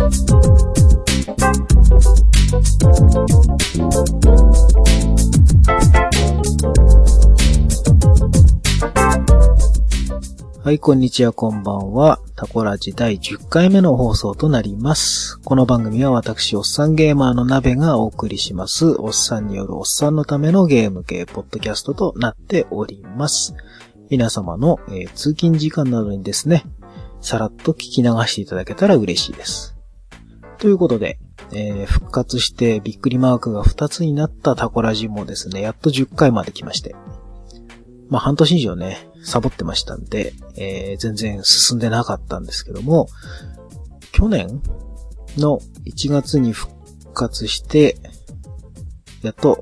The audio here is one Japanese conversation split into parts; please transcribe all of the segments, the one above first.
はい、こんにちは、こんばんは。タコラジ第10回目の放送となります。この番組は私、おっさんゲーマーの鍋がお送りします。おっさんによるおっさんのためのゲーム系ポッドキャストとなっております。皆様の、通勤時間などにですね、さらっと聞き流していただけたら嬉しいです。ということで、復活してびっくりマークが2つになったタコラジもですね、やっと10回まで来まして。半年以上ね、サボってましたんで、全然進んでなかったんですけども、去年の1月に復活して、やっと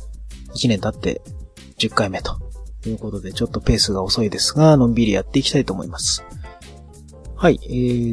1年経って10回目ということで、ちょっとペースが遅いですが、のんびりやっていきたいと思います。はい、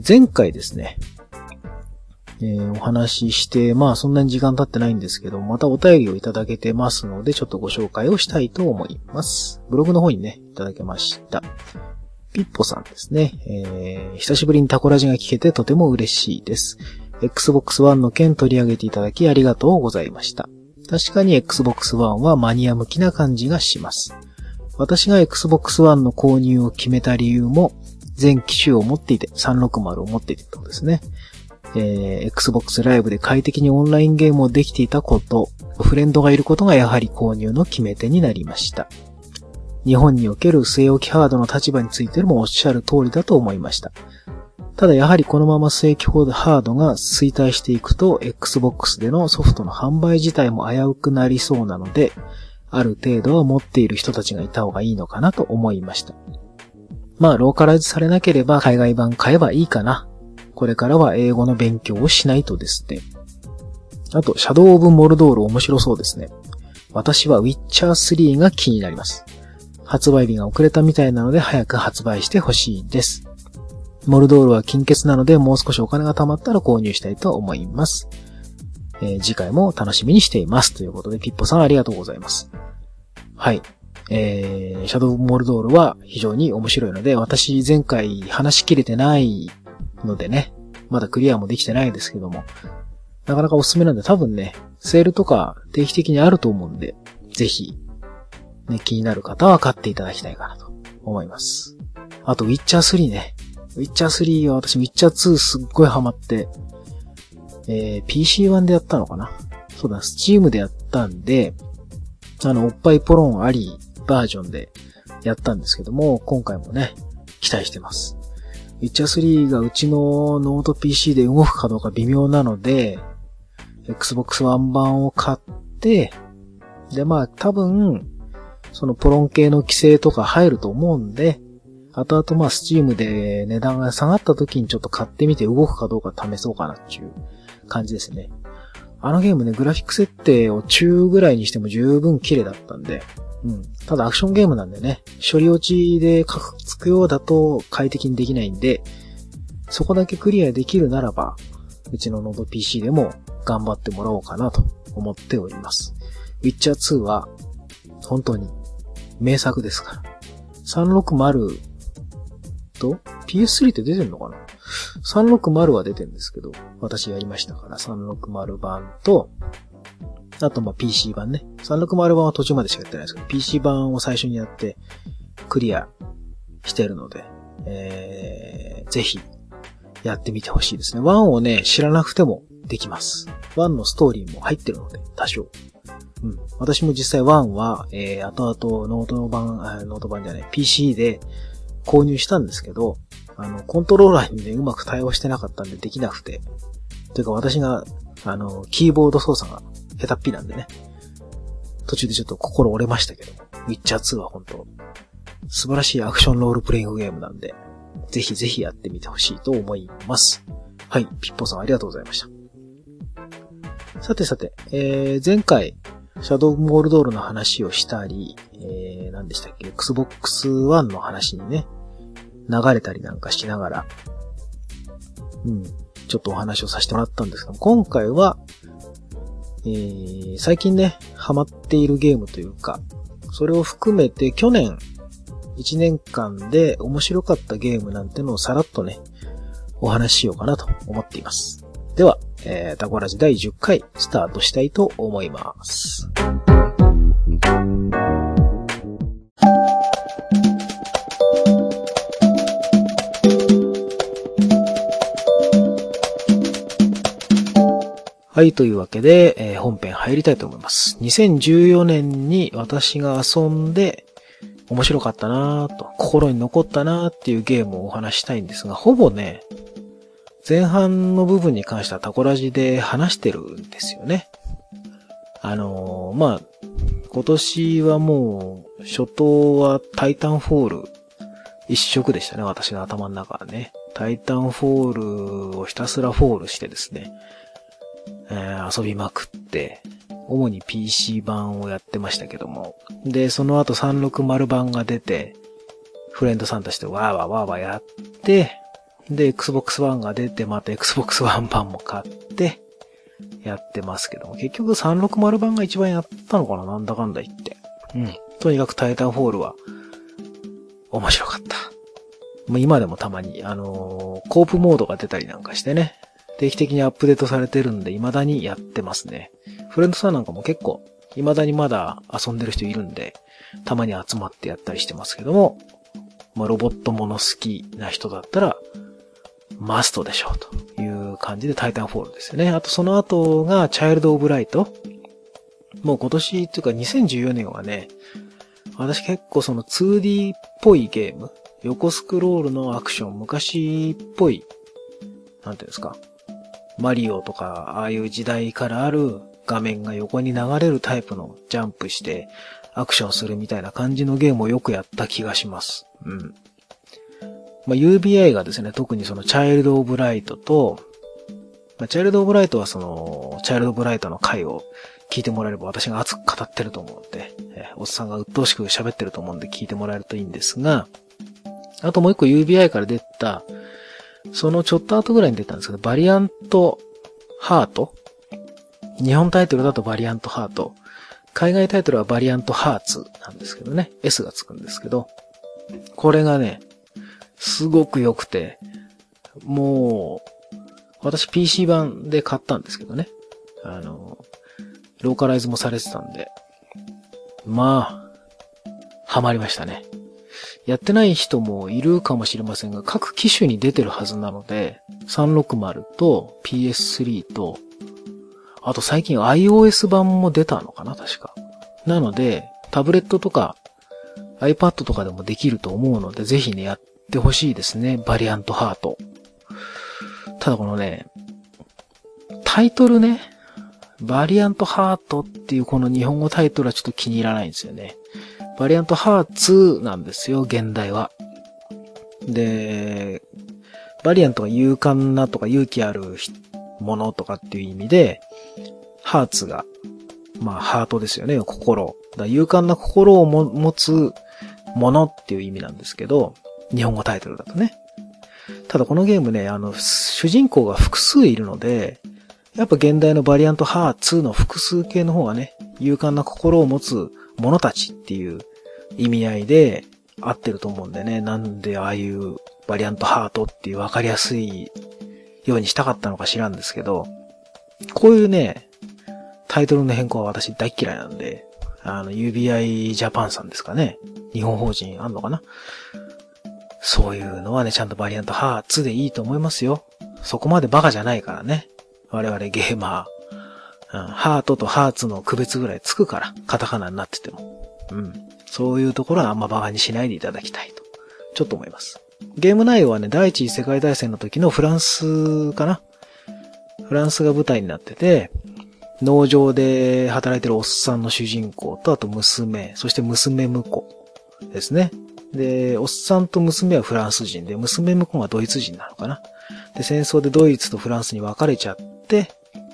前回ですね、お話しして、そんなに時間経ってないんですけど、またお便りをいただけてますので、ちょっとご紹介をしたいと思います。ブログの方にね、いただけました。ピッポさんですね。久しぶりにタコラジが聞けてとても嬉しいです。Xbox One の件取り上げていただきありがとうございました。確かに Xbox One はマニア向きな感じがします。私が Xbox One の購入を決めた理由も、全機種を持っていて、360を持っていてってことですね。Xbox Live で快適にオンラインゲームをできていたこと、フレンドがいることがやはり購入の決め手になりました。日本における据え置きハードの立場についてもおっしゃる通りだと思いました。ただやはりこのまま据え置きハードが衰退していくと、Xbox でのソフトの販売自体も危うくなりそうなので、ある程度は持っている人たちがいた方がいいのかなと思いました。ローカライズされなければ海外版買えばいいかな。これからは英語の勉強をしないとですね。あと、シャドウ・オブ・モルドール面白そうですね。私はウィッチャー3が気になります。発売日が遅れたみたいなので早く発売してほしいです。モルドールは金欠なのでもう少しお金が貯まったら購入したいと思います。次回も楽しみにしています。ということで、ピッポさんありがとうございます。はい。シャドウ・オブ・モルドールは非常に面白いので、私前回話しきれてないのでね、まだクリアもできてないですけども、なかなかおすすめなんで多分ね、セールとか定期的にあると思うんで、ぜひ、ね、気になる方は買っていただきたいかなと思います。あと、ウィッチャー3ね。ウィッチャー3は私、ウィッチャー2すっごいハマって、PC 版でやったのかな？そうだ、Steam でやったんで、おっぱいポロンありバージョンでやったんですけども、今回もね、期待してます。ウィッチャー3がうちのノート PC で動くかどうか微妙なので、Xbox One 版を買って、で多分、そのポロン系の規制とか入ると思うんで、後々Steam で値段が下がった時にちょっと買ってみて動くかどうか試そうかなっていう感じですね。あのゲームね、グラフィック設定を中ぐらいにしても十分綺麗だったんで、ただアクションゲームなんでね、処理落ちでカクつくようだと快適にできないんで、そこだけクリアできるならば、うちのノート PC でも頑張ってもらおうかなと思っております。ウィッチャー2は本当に名作ですから。360と PS3 って出てんのかな？ 360 は出てるんですけど、私やりましたから360版と、あとPC 版ね。360版は途中までしかやってないですけど、PC 版を最初にやってクリアしてるので、ぜひやってみてほしいですね。1をね、知らなくてもできます。1のストーリーも入ってるので、多少。私も実際1は、後々ノート版じゃない、PC で購入したんですけど、コントローラーにね、うまく対応してなかったんでできなくて。というか私が、キーボード操作が下手っぴなんでね。途中でちょっと心折れましたけど、ウィッチャー2は本当素晴らしいアクションロールプレイングゲームなんで、ぜひぜひやってみてほしいと思います。はい、ピッポさんありがとうございました。さて、前回、シャドウ・モルドールの話をしたり、何でしたっけ、Xbox One の話にね、流れたりなんかしながら、ちょっとお話をさせてもらったんですけども、今回は、最近ね、ハマっているゲームというか、それを含めて去年1年間で面白かったゲームなんてのをさらっとね、お話ししようかなと思っています。 では、タコラジ第10回スタートしたいと思います。はい、というわけで、本編入りたいと思います。2014年に私が遊んで面白かったなぁと、心に残ったなぁっていうゲームをお話したいんですが、ほぼね、前半の部分に関してはタコラジで話してるんですよね。今年はもう、初頭はタイタンフォール一色でしたね、私の頭の中はね。タイタンフォールをひたすらフォールしてですね、遊びまくって、主に PC 版をやってましたけども。で、その後360版が出て、フレンドさんたちとわーわーやって、で、Xbox One が出て、また Xbox One 版も買って、やってますけども。結局360版が一番やったのかな、なんだかんだ言って。とにかくタイタンフォールは、面白かった。今でもたまに、コープモードが出たりなんかしてね。定期的にアップデートされてるんで、未だにやってますね。フレンドさんなんかも結構、未だにまだ遊んでる人いるんで、たまに集まってやったりしてますけども、ロボットもの好きな人だったら、マストでしょうという感じでタイタンフォールですよね。あとその後がチャイルド・オブ・ライト。もう今年っていうか2014年はね、私結構その 2D っぽいゲーム、横スクロールのアクション、昔っぽい、なんていうんですか、マリオとか、ああいう時代からある画面が横に流れるタイプのジャンプしてアクションするみたいな感じのゲームをよくやった気がします。UBI がですね、特にそのチャイルド・オブ・ライトと、チャイルド・オブ・ライトはその、チャイルド・オブ・ライトの回を聞いてもらえれば私が熱く語ってると思うんで、おっさんが鬱陶しく喋ってると思うんで聞いてもらえるといいんですが、あともう一個 UBI から出た、そのちょっと後ぐらいに出たんですけど、バリアントハート。日本タイトルだとバリアントハート。海外タイトルはバリアントハーツなんですけどね。S がつくんですけど。これがね、すごく良くて、もう、私 PC 版で買ったんですけどね。ローカライズもされてたんで。ハマりましたね。やってない人もいるかもしれませんが、各機種に出てるはずなので、360と PS3 と、あと最近 iOS 版も出たのかな、確か。なので、タブレットとか iPad とかでもできると思うので、ぜひね、やってほしいですね。バリアントハート。ただこのね、タイトルね、バリアントハートっていうこの日本語タイトルはちょっと気に入らないんですよね。バリアントハーツなんですよ、現代は。で、バリアントが勇敢なとか勇気あるものとかっていう意味で、ハーツが、ハートですよね、心。勇敢な心を持つものっていう意味なんですけど、日本語タイトルだとね。ただこのゲームね、主人公が複数いるので、やっぱ現代のバリアントハーツの複数形の方がね、勇敢な心を持つ者たちっていう意味合いで合ってると思うんでね、なんでああいうバリアントハートっていう分かりやすいようにしたかったのか知らんですけど、こういうね、タイトルの変更は私大嫌いなんで、UBI ジャパンさんですかね、日本法人あんのかな、そういうのはね、ちゃんとバリアントハーツでいいと思いますよ。そこまでバカじゃないからね。我々ゲーマー。ハートとハーツの区別ぐらいつくから、カタカナになってても。そういうところはあんまバカにしないでいただきたいと、ちょっと思います。ゲーム内容はね、第一次世界大戦の時のフランスかな。フランスが舞台になってて、農場で働いてるおっさんの主人公と、あと娘、そして娘婿ですね。で、おっさんと娘はフランス人で、娘婿がドイツ人なのかな。で、戦争でドイツとフランスに分かれちゃって、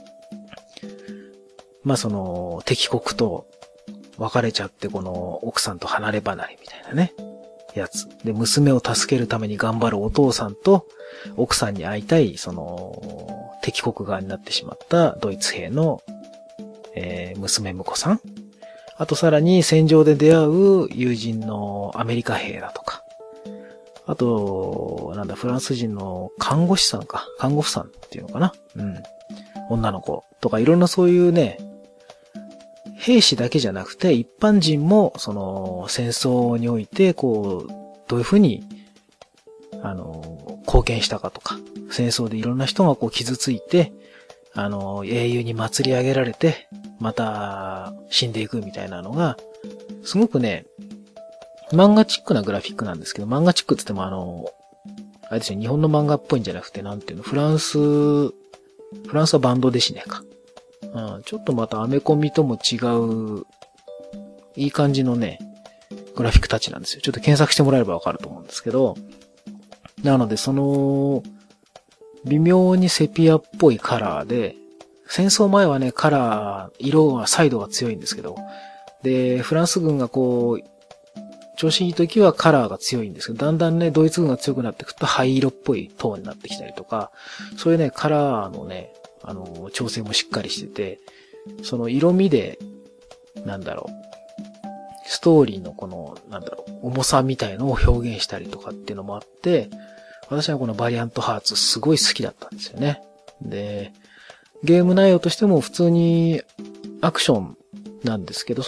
その、敵国と別れちゃって、この奥さんと離れ離れみたいなね、やつ。で、娘を助けるために頑張るお父さんと、奥さんに会いたい、その、敵国側になってしまったドイツ兵の、娘婿さん。あとさらに戦場で出会う友人のアメリカ兵だとか。 あと、フランス人の看護師さんっていうのかな。女の子とかいろんなそういうね、兵士だけじゃなくて一般人もその戦争においてどういうふうに貢献したかとか、戦争でいろんな人が傷ついて、英雄に祭り上げられて、また死んでいくみたいなのが、すごくね、漫画チックなグラフィックなんですけど、漫画チックって言ってもあれですよ、日本の漫画っぽいんじゃなくて、フランスはバンドデシネか。ちょっとまたアメコミとも違う、いい感じのね、グラフィックタッチなんですよ。ちょっと検索してもらえればわかると思うんですけど、なので微妙にセピアっぽいカラーで、戦争前はね、色は彩度が強いんですけど、で、フランス軍が調子いい時はカラーが強いんですけど、だんだんね、ドイツ軍が強くなってくると灰色っぽいトーンになってきたりとか、そういうね、カラーのね、調整もしっかりしてて、その色味で、ストーリーの重さみたいのを表現したりとかっていうのもあって、私はこのバリアントハーツすごい好きだったんですよね。で、ゲーム内容としても普通にアクションなんですけど、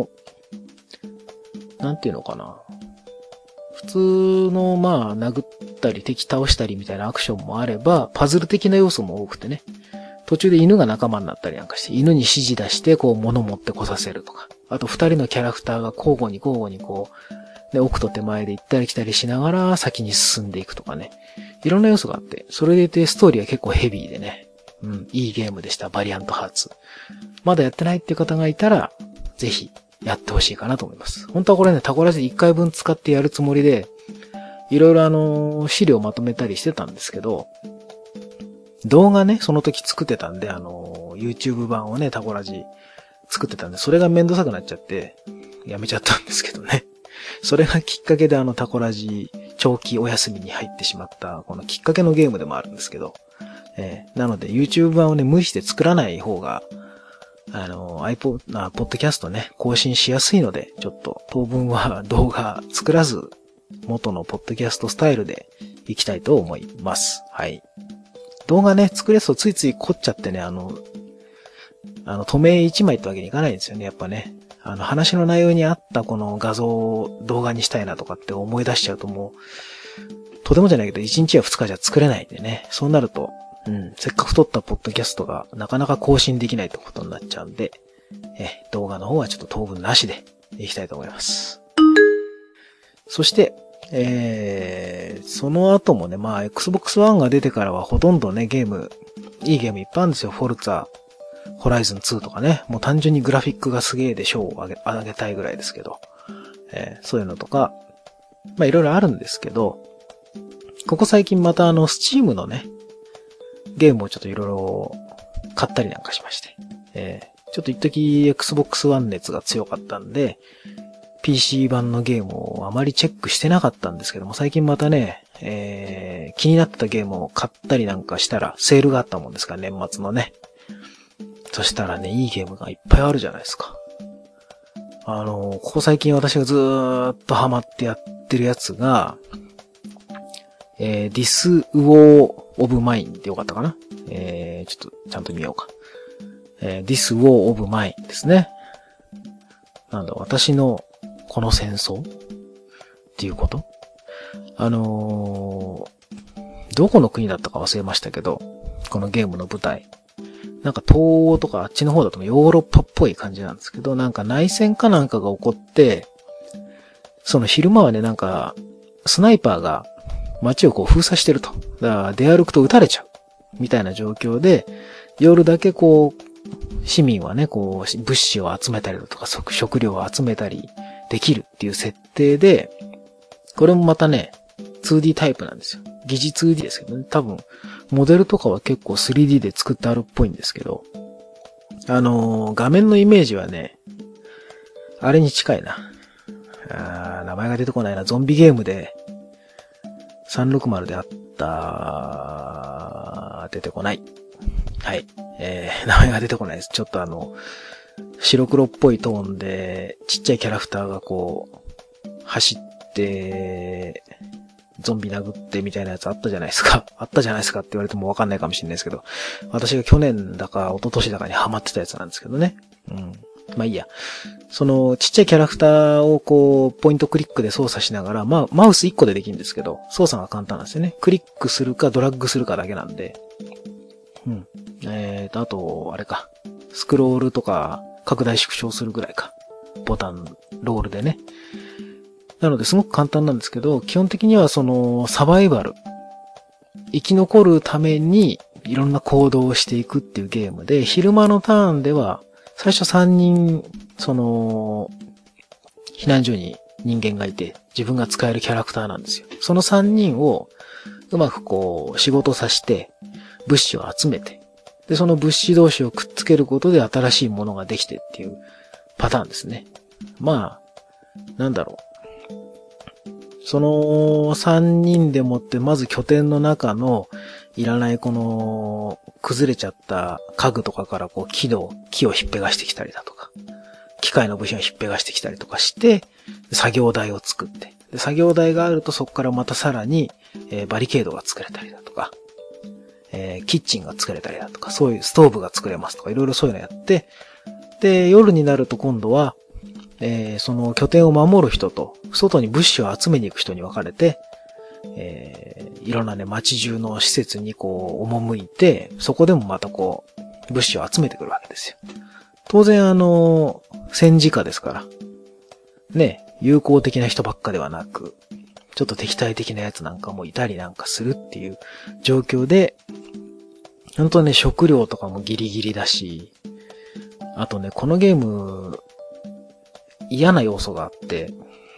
なんていうのかな。普通の殴ったり敵倒したりみたいなアクションもあれば、パズル的な要素も多くてね。途中で犬が仲間になったりなんかして、犬に指示出して物持ってこさせるとか。あと二人のキャラクターが交互に奥と手前で行ったり来たりしながら先に進んでいくとかね。いろんな要素があって、それでいてストーリーは結構ヘビーでね。いいゲームでした、バリアントハーツ。まだやってないっていう方がいたら、ぜひやってほしいかなと思います。本当はこれね、タコラジ1回分使ってやるつもりで、いろいろ資料まとめたりしてたんですけど、動画ね、その時作ってたんで、YouTube 版をね、タコラジ作ってたんで、それがめんどくさくなっちゃって、やめちゃったんですけどね。それがきっかけでタコラジ長期お休みに入ってしまった、このきっかけのゲームでもあるんですけど、なので YouTube 版をね、無理して作らない方が、ポッドキャストね、更新しやすいので、ちょっと当分は動画作らず、元のポッドキャストスタイルでいきたいと思います。はい。動画ね、作れそうついつい凝っちゃってね、透明一枚ってわけにいかないんですよね、やっぱね。話の内容に合ったこの画像を動画にしたいなとかって思い出しちゃうともう、とてもじゃないけど1日や2日じゃ作れないんでね。そうなると、せっかく撮ったポッドキャストがなかなか更新できないってことになっちゃうんで、動画の方はちょっと当分なしでいきたいと思います。そして、その後もね、Xbox One が出てからはほとんどね、いいゲームいっぱいあるんですよ。フォルツァ、ホライズン2とかね。もう単純にグラフィックがすげえで賞をあげたいぐらいですけど。そういうのとか、いろいろあるんですけど、ここ最近またSteam のね、ゲームをちょっといろいろ買ったりなんかしまして。ちょっと一時 Xbox One 熱が強かったんで、PC 版のゲームをあまりチェックしてなかったんですけども、最近またね、気になってたゲームを買ったりなんかしたら、セールがあったもんですから、年末のね。そしたらね、いいゲームがいっぱいあるじゃないですか。ここ最近私がずーっとハマってやってるやつが、This War of Mine でよかったかな？ちょっとちゃんと見ようか。This War of Mine ですね。私のこの戦争っていうこと？どこの国だったか忘れましたけど、このゲームの舞台。東欧とかあっちの方だとヨーロッパっぽい感じなんですけど、内戦かなんかが起こって、その昼間はね、スナイパーが街を封鎖してると。だから出歩くと撃たれちゃう。みたいな状況で、夜だけ市民はね、物資を集めたりだとか、食料を集めたりできるっていう設定で、これもまたね、2D タイプなんですよ。疑似 2D ですけどね。多分、モデルとかは結構 3D で作ってあるっぽいんですけど、画面のイメージはね、あれに近いな。名前が出てこないな。ゾンビゲームで、360であった、出てこない。はい。名前が出てこないです。ちょっと白黒っぽいトーンで、ちっちゃいキャラクターが走って、 ゾンビ殴ってみたいなやつあったじゃないですか。あったじゃないですかって言われてもわかんないかもしれないですけど、私が去年だか一昨年だかにハマってたやつなんですけどね。まあいいや。その、ちっちゃいキャラクターをこう、ポイントクリックで操作しながら、まあ、マウス1個でできるんですけど、操作が簡単なんですよね。クリックするかドラッグするかだけなんで。あと、あれか。スクロールとか、拡大縮小するぐらいか。ボタン、ロールでね。なので、すごく簡単なんですけど、基本的にはその、サバイバル。生き残るために、いろんな行動をしていくっていうゲームで、昼間のターンでは、最初3人、その、避難所に人間がいて、自分が使えるキャラクターなんですよ。その3人を、うまくこう、仕事させて、物資を集めて、で、その物資同士をくっつけることで新しいものができてっていうパターンですね。まあ、なんだろう。その3人でもって、まず拠点の中の、いらないこの、崩れちゃった家具とかからこう木を引っぺがしてきたりだとか、機械の部品を引っぺがしてきたりとかして、作業台を作って、で作業台があるとそこからまたさらに、バリケードが作れたりだとか、キッチンが作れたりだとか、そういうストーブが作れますとか、いろいろそういうのやって、で、夜になると今度は、その拠点を守る人と、外に物資を集めに行く人に分かれて、いろんなね、街中の施設にこう、赴いて、そこでもまたこう、物資を集めてくるわけですよ。当然戦時下ですから、ね、友好的な人ばっかではなく、ちょっと敵対的なやつなんかもいたりなんかするっていう状況で、本当ね、食料とかもギリギリだし、あとね、このゲーム、嫌な要素があって、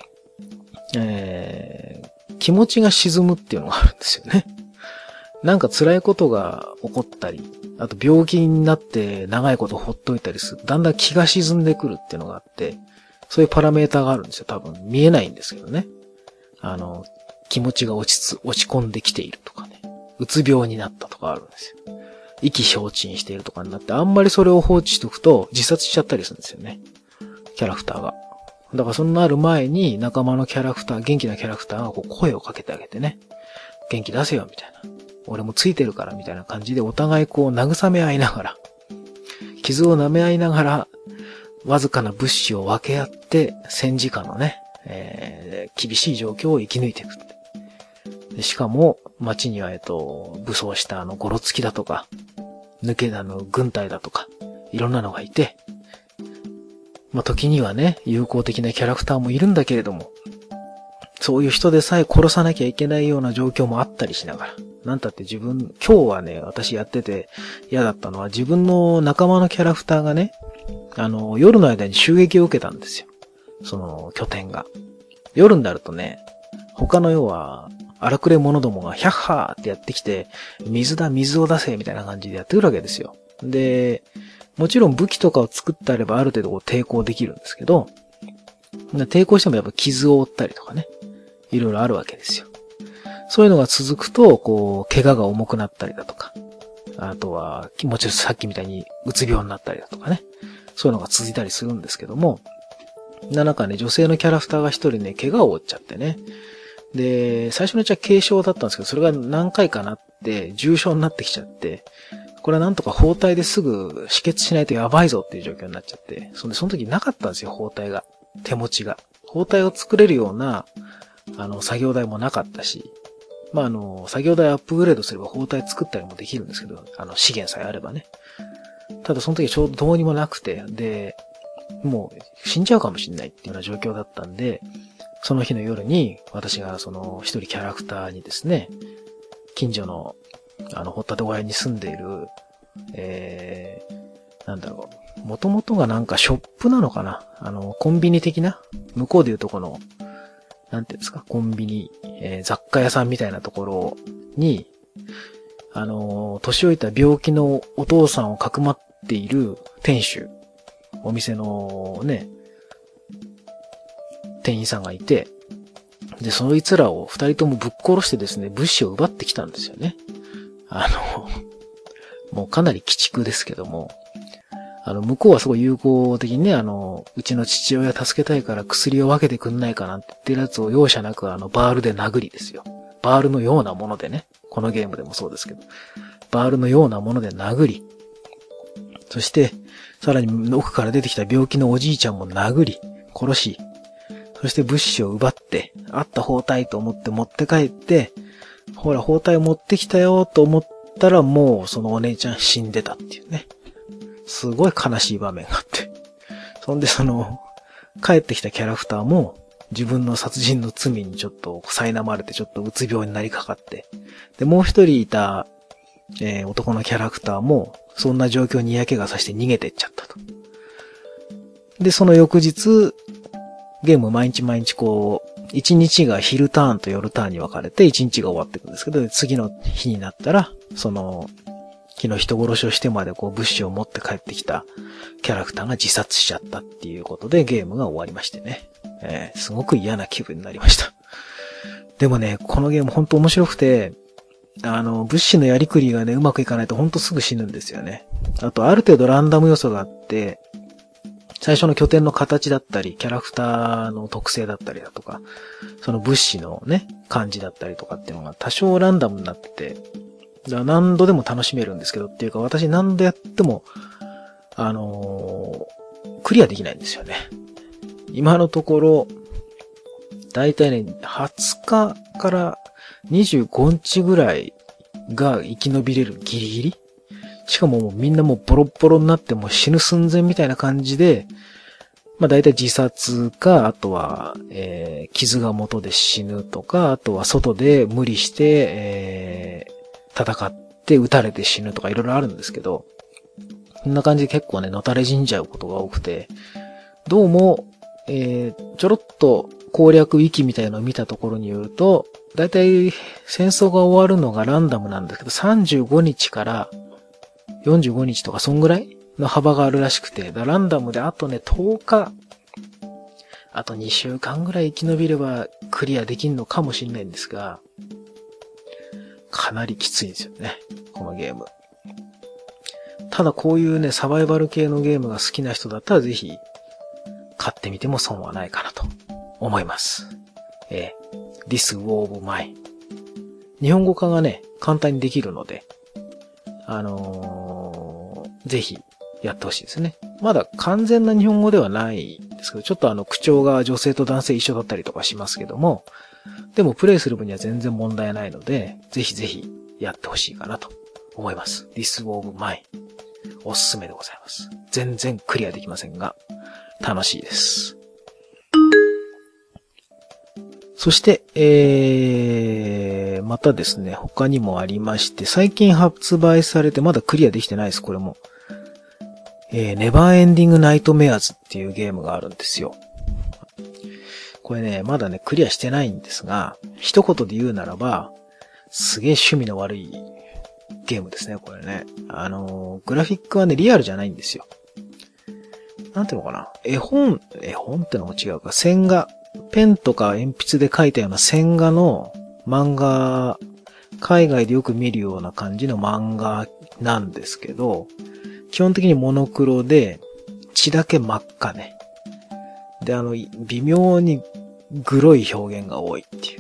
気持ちが沈むっていうのがあるんですよね。なんか辛いことが起こったり、あと病気になって長いことほっといたりする。だんだん気が沈んでくるっていうのがあって、そういうパラメーターがあるんですよ。多分見えないんですけどね。気持ちが落ち込んできているとかね。うつ病になったとかあるんですよ。意気消沈しているとかになって、あんまりそれを放置しとくと自殺しちゃったりするんですよね。キャラクターが。だからそんなある前に仲間のキャラクター、元気なキャラクターがこう声をかけてあげてね。元気出せよみたいな。俺もついてるからみたいな感じでお互いこう慰め合いながら、傷を舐め合いながら、わずかな物資を分け合って戦時下のね、厳しい状況を生き抜いていく。でしかも街には武装したゴロつきだとか、抜け軍隊だとか、いろんなのがいて、まあ、時にはね、友好的なキャラクターもいるんだけれども、そういう人でさえ殺さなきゃいけないような状況もあったりしながら、なんたって今日はね、私やってて嫌だったのは自分の仲間のキャラクターがね、夜の間に襲撃を受けたんですよ。その拠点が。夜になるとね、他の要は、荒くれ者どもがヒャッハーってやってきて、水を出せみたいな感じでやってくるわけですよ。で、もちろん武器とかを作ってあればある程度抵抗できるんですけど、抵抗してもやっぱ傷を負ったりとかね、いろいろあるわけですよ。そういうのが続くと、こう、怪我が重くなったりだとか、あとは、もちろんさっきみたいにうつ病になったりだとかね、そういうのが続いたりするんですけども、なんかね、女性のキャラクターが一人ね、怪我を負っちゃってね、で、最初のうちは軽傷だったんですけど、それが何回かなって、重傷になってきちゃって、これはなんとか包帯ですぐ止血しないとやばいぞっていう状況になっちゃって、その時なかったんですよ、包帯が。手持ちが。包帯を作れるような、作業台もなかったし、まあ、作業台アップグレードすれば包帯作ったりもできるんですけど、資源さえあればね。ただその時ちょうどどうにもなくて、で、もう死んじゃうかもしれないっていうような状況だったんで、その日の夜に私がその一人キャラクターにですね、近所の掘ったて小屋に住んでいる、なんだろう、元々がなんかショップなのかな、コンビニ的な、向こうでいうとこの、なんていうんですか、コンビニ、雑貨屋さんみたいなところに、年老いた病気のお父さんをかくまっている店主、お店のね、店員さんがいて、で、そいつらを二人ともぶっ殺してですね、物資を奪ってきたんですよね。もうかなり鬼畜ですけども、向こうはすごい友好的にね、うちの父親助けたいから薬を分けてくんないかなんて言ってるやつを容赦なくバールで殴りですよ。 バールのようなものでね、このゲームでもそうですけど、バールのようなもので殴り、そして、さらに奥から出てきた病気のおじいちゃんも殴り、殺し、そして物資を奪って、あった包帯と思って持って帰って、ほら包帯持ってきたよと思ったらもうそのお姉ちゃん死んでたっていうね。すごい悲しい場面があって。そんで帰ってきたキャラクターも自分の殺人の罪にちょっと苛まれてちょっとうつ病になりかかって。で、もう一人いた、男のキャラクターもそんな状況に嫌気がさして逃げてっちゃったと。で、その翌日、ゲーム毎日毎日1日が昼ターンと夜ターンに分かれて1日が終わっていくんですけど、次の日になったら、昨日人殺しをしてまで物資を持って帰ってきたキャラクターが自殺しちゃったっていうことでゲームが終わりましてね。すごく嫌な気分になりました。でもね、このゲーム本当面白くて、物資のやりくりがね、うまくいかないと本当すぐ死ぬんですよね。あと、ある程度ランダム要素があって、最初の拠点の形だったり、キャラクターの特性だったりだとか、その物資のね、感じだったりとかっていうのが多少ランダムになってて、だから何度でも楽しめるんですけどっていうか、私何度やっても、クリアできないんですよね。今のところ、だいたいね、20日から25日ぐらいが生き延びれるギリギリ。しかももうみんなもうボロボロになってもう死ぬ寸前みたいな感じで、まあ大体自殺か、あとは、傷が元で死ぬとか、あとは外で無理して、戦って撃たれて死ぬとかいろいろあるんですけど、こんな感じで結構ね、のたれ死んじゃうことが多くて、どうも、ちょろっと攻略ウィキみたいなのを見たところによると、だいたい戦争が終わるのがランダムなんですけど、35日から45日とかそんぐらいの幅があるらしくて、ランダムであとね、10日、あと2週間ぐらい生き延びればクリアできるのかもしれないんですが、かなりきついんですよね、このゲーム。ただこういうね、サバイバル系のゲームが好きな人だったらぜひ、買ってみても損はないかなと思います。This War of Mine。日本語化がね、簡単にできるので、ぜひやってほしいですね。まだ完全な日本語ではないんですけど、ちょっと口調が女性と男性一緒だったりとかしますけども、でもプレイする分には全然問題ないので、ぜひぜひやってほしいかなと思います。This War of Mine。おすすめでございます。全然クリアできませんが、楽しいです。そして、またですね、他にもありまして、最近発売されてまだクリアできてないです、これも。ネバーエンディングナイトメアズっていうゲームがあるんですよ。これね、まだね、クリアしてないんですが、一言で言うならば、すげえ趣味の悪いゲームですね、これね。グラフィックはね、リアルじゃないんですよ。なんていうのかな。絵本ってのも違うか。線画。ペンとか鉛筆で描いたような線画の漫画、海外でよく見るような感じの漫画なんですけど、基本的にモノクロで、血だけ真っ赤ね。で、微妙にグロい表現が多いっていう。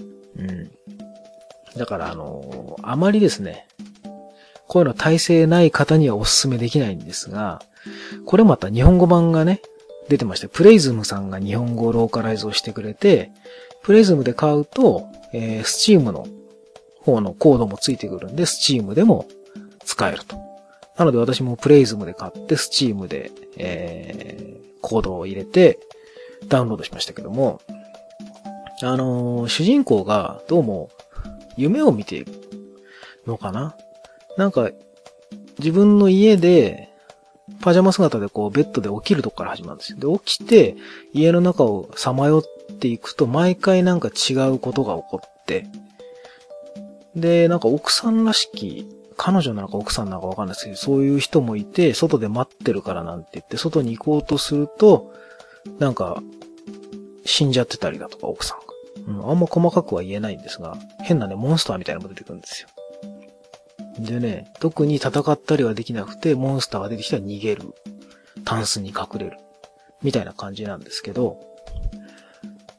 だから、あまりですね、こういうの耐性ない方にはお勧めできないんですが、これまた日本語版がね、出てまして、プレイズムさんが日本語ローカライズをしてくれて、プレイズムで買うと、スチームの方のコードもついてくるんで、スチームでも使えると。なので私もプレイズムで買って、スチームで、コードを入れてダウンロードしましたけども、主人公がどうも夢を見ているのかな？なんか、自分の家で、パジャマ姿でベッドで起きるとこから始まるんですよ。で、起きて、家の中をさまよっていくと、毎回なんか違うことが起こって、で、なんか奥さんらしき、彼女なのか奥さんなのかわかんないですけど、そういう人もいて、外で待ってるからなんて言って、外に行こうとすると、なんか、死んじゃってたりだとか、奥さんが。あんま細かくは言えないんですが、変なね、モンスターみたいなのも出てくるんですよ。でね、特に戦ったりはできなくて、モンスターが出てきたら逃げる。タンスに隠れる。みたいな感じなんですけど、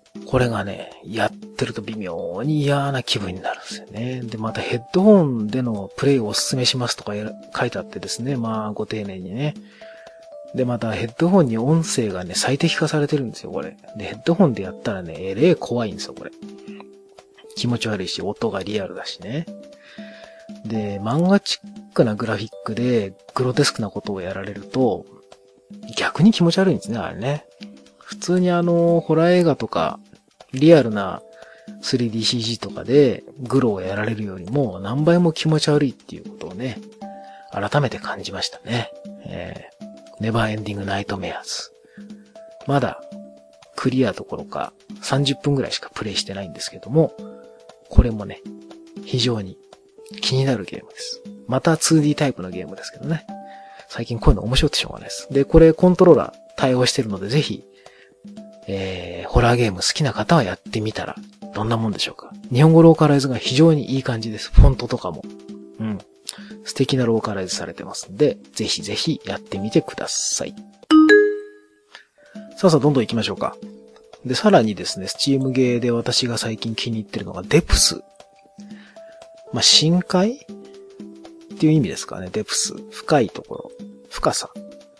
これがね、やってると微妙に嫌な気分になるんですよね。で、またヘッドホンでのプレイをお勧めしますとか書いてあってですね、まあ、ご丁寧にね。で、またヘッドホンに音声がね、最適化されてるんですよ、これ。で、ヘッドホンでやったらね、怖いんですよ、これ。気持ち悪いし、音がリアルだしね。で、漫画チックなグラフィックで、グロテスクなことをやられると、逆に気持ち悪いんですね、あれね。普通にホラー映画とか、リアルな 3DCG とかでグロをやられるよりも何倍も気持ち悪いっていうことをね、改めて感じましたね。ネバーエンディングナイトメアーズ。まだクリアどころか30分ぐらいしかプレイしてないんですけども、これもね、非常に気になるゲームです。また 2D タイプのゲームですけどね。最近こういうの面白くてしょうがないです。で、これコントローラー対応してるのでぜひ、ホラーゲーム好きな方はやってみたらどんなもんでしょうか。日本語ローカライズが非常にいい感じです。フォントとかも。素敵なローカライズされてますんで、ぜひぜひやってみてください。さあどんどん行きましょうか。で、さらにですね、スチームゲーで私が最近気に入ってるのがデプス。まあ、深海っていう意味ですかね、デプス。深いところ。深さ。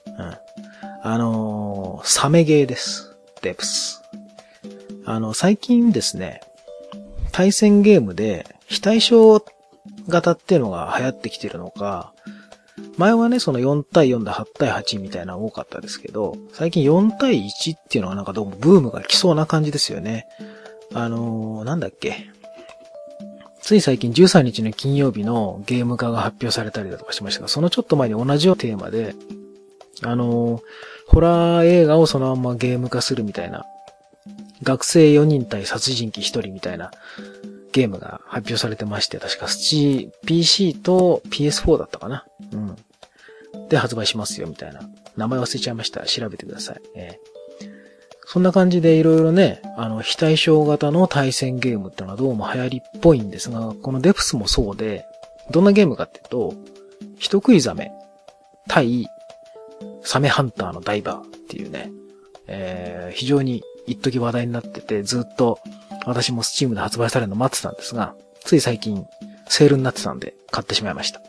サメゲーです。デプス。最近ですね、対戦ゲームで非対称型っていうのが流行ってきてるのか、前はね、その4対4で8対8みたいなの多かったですけど、最近4対1っていうのがなんかどうもブームが来そうな感じですよね。なんだっけ。つい最近13日の金曜日のゲーム化が発表されたりだとかしましたが、そのちょっと前に同じようなテーマで、ホラー映画をそのままゲーム化するみたいな、学生4人対殺人鬼1人みたいなゲームが発表されてまして、確かPC と PS4 だったかな。で発売しますよみたいな。名前忘れちゃいました。調べてください。そんな感じでいろいろね、非対称型の対戦ゲームってのはどうも流行りっぽいんですが、このデプスもそうで、どんなゲームかっていうと、人食いザメ対サメハンターのダイバーっていうね、非常に一時話題になってて、ずっと私もスチームで発売されるの待ってたんですが、つい最近セールになってたんで買ってしまいました。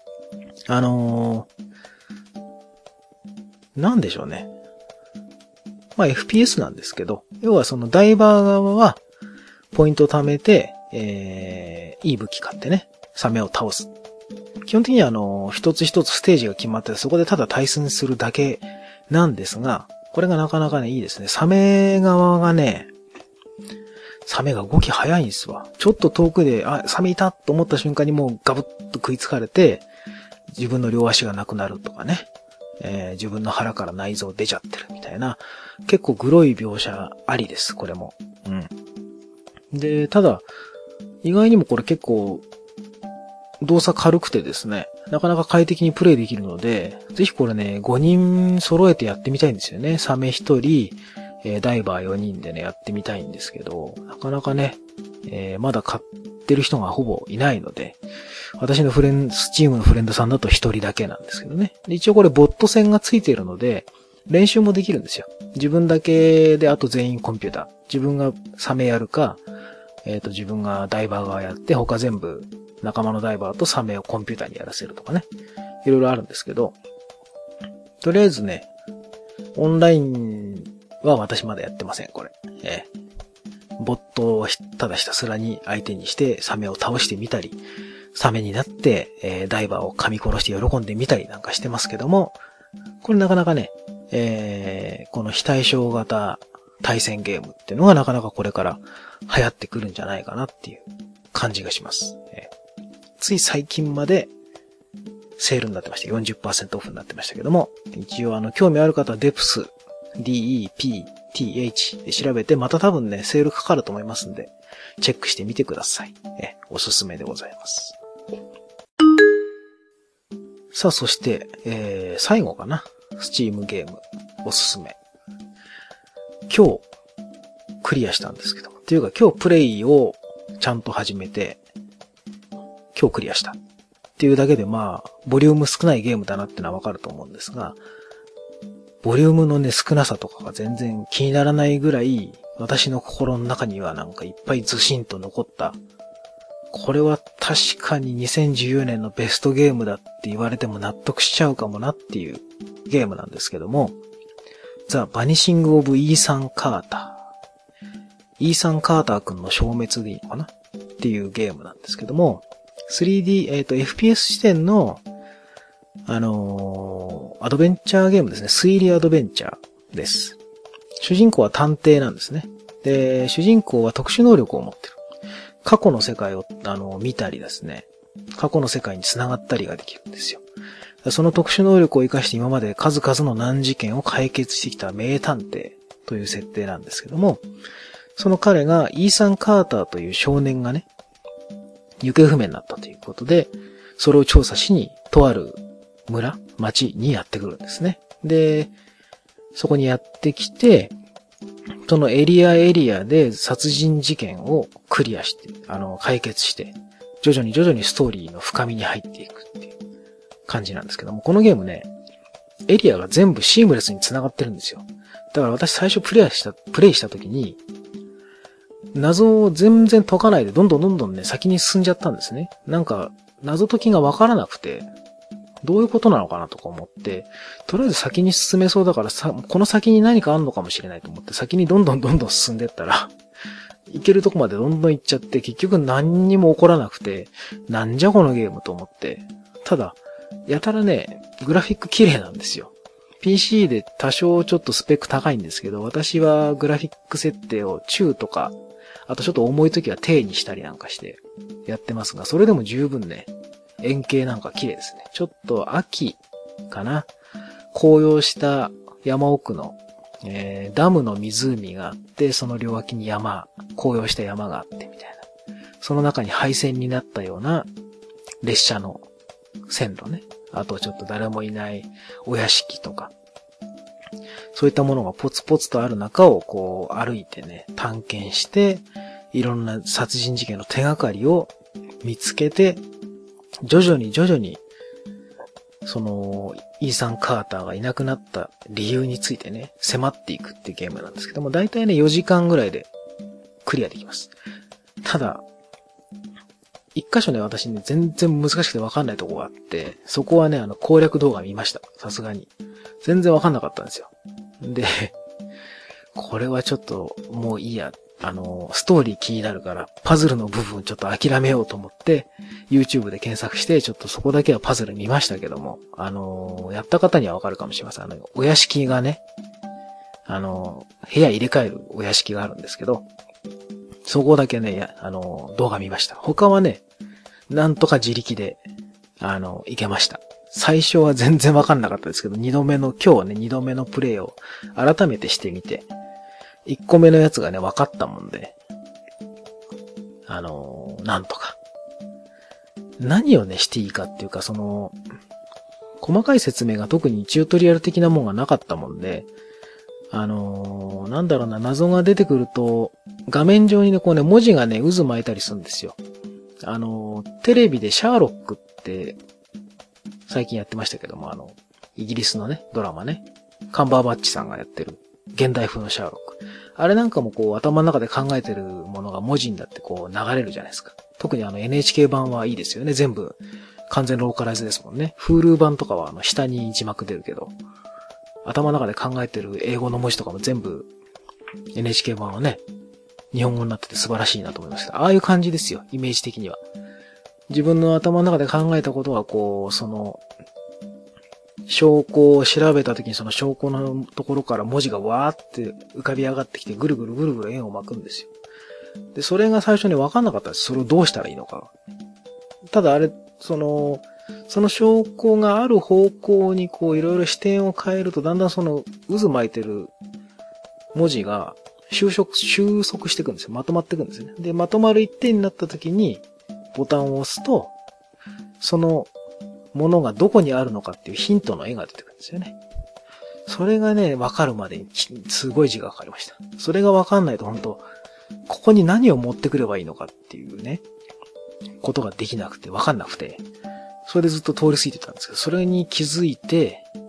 なんでしょうね。まあ FPS なんですけど、要はそのダイバー側はポイントを貯めて、いい武器買ってね、サメを倒す。基本的には一つ一つステージが決まってそこでただ対戦するだけなんですが、これがなかなかね、いいですね。サメ側がね、サメが動き早いんですわ。ちょっと遠くで、サメいたと思った瞬間にもうガブッと食いつかれて、自分の両足がなくなるとかね。自分の腹から内臓出ちゃってるみたいな、結構グロい描写ありです、これも。で、ただ、意外にもこれ結構、動作軽くてですね、なかなか快適にプレイできるので、ぜひこれね、5人揃えてやってみたいんですよね。サメ1人、ダイバー4人でね、やってみたいんですけど、なかなかね、まだ買ってる人がほぼいないので、私のスチームのフレンドさんだと1人だけなんですけどね。で一応これボット戦がついているので、練習もできるんですよ。自分だけであと全員コンピューター。自分がサメやるか、自分がダイバー側やって他全部仲間のダイバーとサメをコンピューターにやらせるとかね。いろいろあるんですけど、とりあえずね、オンラインは私まだやってません、これ。ボットをただひたすらに相手にしてサメを倒してみたり、サメになって、ダイバーを噛み殺して喜んでみたりなんかしてますけども、これなかなかね、この非対称型対戦ゲームっていうのがなかなかこれから流行ってくるんじゃないかなっていう感じがします。つい最近までセールになってました。40% オフになってましたけども、一応興味ある方はデプス、DEPTH で調べて、また多分ね、セールかかると思いますんで、チェックしてみてください。おすすめでございます。さあ、そして、最後かな。スチームゲーム、おすすめ。今日、クリアしたんですけども。っていうか、今日プレイをちゃんと始めて、今日クリアした。っていうだけで、まあ、ボリューム少ないゲームだなってのはわかると思うんですが、 ボリュームのね、少なさとかが全然気にならないぐらい、私の心の中にはなんかいっぱいずしんと残った。これは確かに2014年のベストゲームだって言われても納得しちゃうかもなっていうゲームなんですけども、ザ・バニシング・オブ・イーサン・カーター。イーサン・カーター君の消滅でいいのかなっていうゲームなんですけども、3D、FPS 視点の、アドベンチャーゲームですね。推理アドベンチャーです。主人公は探偵なんですね。で、主人公は特殊能力を持ってる。過去の世界を、見たりですね。過去の世界に繋がったりができるんですよ。その特殊能力を活かして今まで数々の難事件を解決してきた名探偵という設定なんですけども、その彼がイーサン・カーターという少年がね、行方不明になったということで、それを調査しに、とある町にやってくるんですね。で、そこにやってきて、そのエリアで殺人事件をクリアして、解決して、徐々にストーリーの深みに入っていくっていう感じなんですけども、このゲームね、エリアが全部シームレスに繋がってるんですよ。だから私最初プレイした時に、謎を全然解かないでどんどんね、先に進んじゃったんですね。なんか、謎解きがわからなくて、どういうことなのかなとか思って、とりあえず先に進めそうだからこの先に何かあんのかもしれないと思って、先にどんどん進んでったら、行けるとこまでどんどん行っちゃって、結局何にも起こらなくて、なんじゃこのゲームと思って、ただ、やたらね、グラフィック綺麗なんですよ。PC で多少ちょっとスペック高いんですけど、私はグラフィック設定を中とか、あとちょっと重い時は低にしたりなんかしてやってますが、それでも十分ね、円形なんか綺麗ですね。ちょっと秋かな。紅葉した山奥の、ダムの湖があって、その両脇に紅葉した山があってみたいな。その中に廃線になったような列車の線路ね。あとちょっと誰もいないお屋敷とか。そういったものがポツポツとある中をこう歩いてね、探検して、いろんな殺人事件の手がかりを見つけて、徐々に、その、イーサン・カーターがいなくなった理由についてね、迫っていくっていうゲームなんですけども、だいたいね、4時間ぐらいでクリアできます。ただ、一箇所ね、私ね、全然難しくて分かんないとこがあって、そこはね、攻略動画見ました。さすがに。全然分かんなかったんですよ。で、これはちょっと、もういいや。ストーリー気になるから、パズルの部分ちょっと諦めようと思って、YouTube で検索して、ちょっとそこだけはパズル見ましたけども、やった方にはわかるかもしれません。お屋敷がね、部屋入れ替えるお屋敷があるんですけど、そこだけね、動画見ました。他はね、なんとか自力で、いけました。最初は全然わかんなかったですけど、今日はね、2度目のプレイを改めてしてみて、1個目のやつがね、分かったもんで、なんとか。何をね、していいかっていうか、細かい説明が特にチュートリアル的なもんがなかったもんで、なんだろうな、謎が出てくると、画面上にね、こうね、文字がね、渦巻いたりするんですよ。テレビでシャーロックって、最近やってましたけども、イギリスのね、ドラマね、カンバーバッチさんがやってる、現代風のシャーロック。あれなんかもこう頭の中で考えてるものが文字になってこう流れるじゃないですか。特にNHK 版はいいですよね。全部完全ローカライズですもんね。Hulu 版とかは下に字幕出るけど、頭の中で考えてる英語の文字とかも全部 NHK 版はね、日本語になってて素晴らしいなと思いました。ああいう感じですよ。イメージ的には。自分の頭の中で考えたことはこう、証拠を調べた時にその証拠のところから文字がわーって浮かび上がってきてぐるぐる円を巻くんですよ。で、それが最初に分かんなかったです。それをどうしたらいいのか。ただあれ、その証拠がある方向にこういろいろ視点を変えるとだんだんその渦巻いてる文字が収束していくんですよ。まとまっていくんですよね。で、まとまる一点になった時にボタンを押すと、そのものがどこにあるのかっていうヒントの絵が出てくるんですよね。それがね、わかるまでにすごい時間がかかりました。それがわかんないと本当ここに何を持ってくればいいのかっていうね、ことができなくて、わかんなくて、それでずっと通り過ぎてたんですけど、それに気づいて、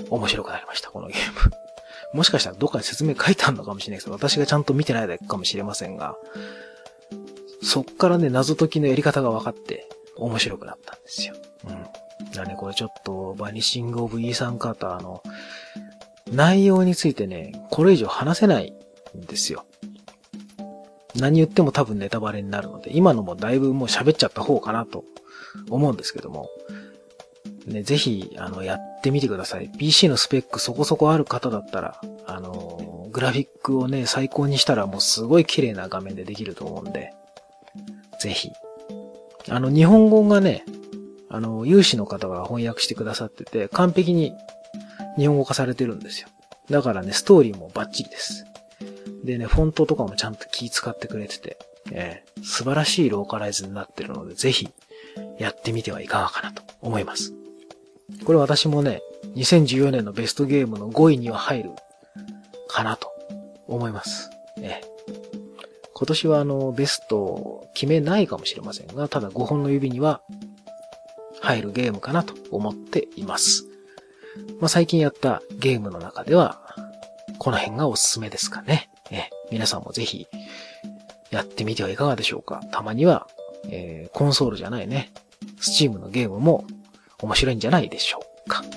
面白くなりました、このゲーム。もしかしたらどっかに説明書いてあるのかもしれないですけど、私がちゃんと見てないだけかもしれませんが、そっからね、謎解きのやり方が分かって、面白くなったんですよ。だからね、これちょっと、バニシング・オブ・イーサン・カーターの内容についてね、これ以上話せないんですよ。何言っても多分ネタバレになるので、今のもだいぶもう喋っちゃった方かなと思うんですけども、ね、ぜひ、やってみてください。PC のスペックそこそこある方だったら、グラフィックをね、最高にしたらもうすごい綺麗な画面でできると思うんで、ぜひ。日本語がね、有志の方が翻訳してくださってて、完璧に日本語化されてるんですよ。だからね、ストーリーもバッチリです。でね、フォントとかもちゃんと気使ってくれてて、素晴らしいローカライズになってるので、ぜひ、やってみてはいかがかなと思います。これ私もね、2014年のベストゲームの5位には入るかなと思います。今年はベスト決めないかもしれませんが、ただ5本の指には入るゲームかなと思っています。最近やったゲームの中では、この辺がおすすめですかね。皆さんもぜひやってみてはいかがでしょうか。たまには、コンソールじゃないね、スチームのゲームも面白いんじゃないでしょうか。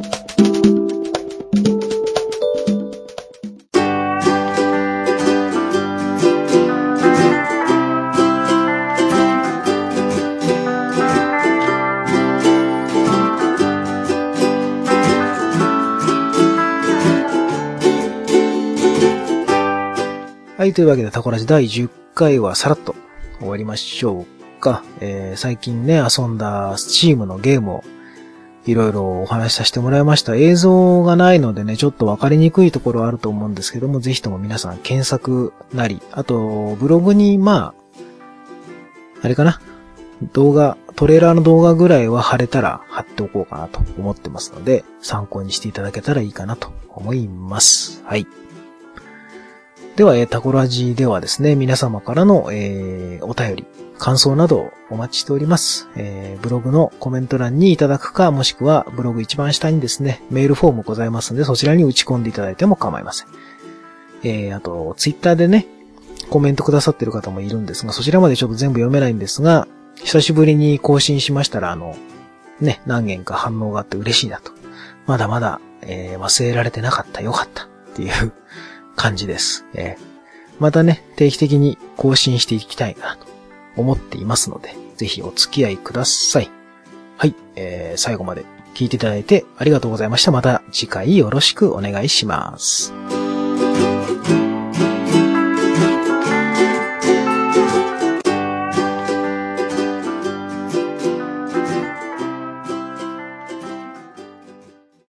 はい、というわけでタコラジ第10回はさらっと終わりましょうか。最近ね、遊んだスチームのゲームをいろいろお話しさせてもらいました。映像がないのでね、ちょっとわかりにくいところあると思うんですけども、ぜひとも皆さん検索なり、あと、ブログにあれかな、トレーラーの動画ぐらいは貼れたら貼っておこうかなと思ってますので、参考にしていただけたらいいかなと思います。はい。では、タコラジではですね、皆様からの、お便り、感想などお待ちしております。ブログのコメント欄にいただくか、もしくはブログ一番下にですね、メールフォームございますので、そちらに打ち込んでいただいても構いません。あと、ツイッターでね、コメントくださってる方もいるんですが、そちらまでちょっと全部読めないんですが、久しぶりに更新しましたら、ね、何件か反応があって嬉しいなと。まだまだ、忘れられてなかった、よかったっていう感じです。またね、定期的に更新していきたいなと思っていますので、ぜひお付き合いください。はい、最後まで聞いていただいてありがとうございました。また次回よろしくお願いします。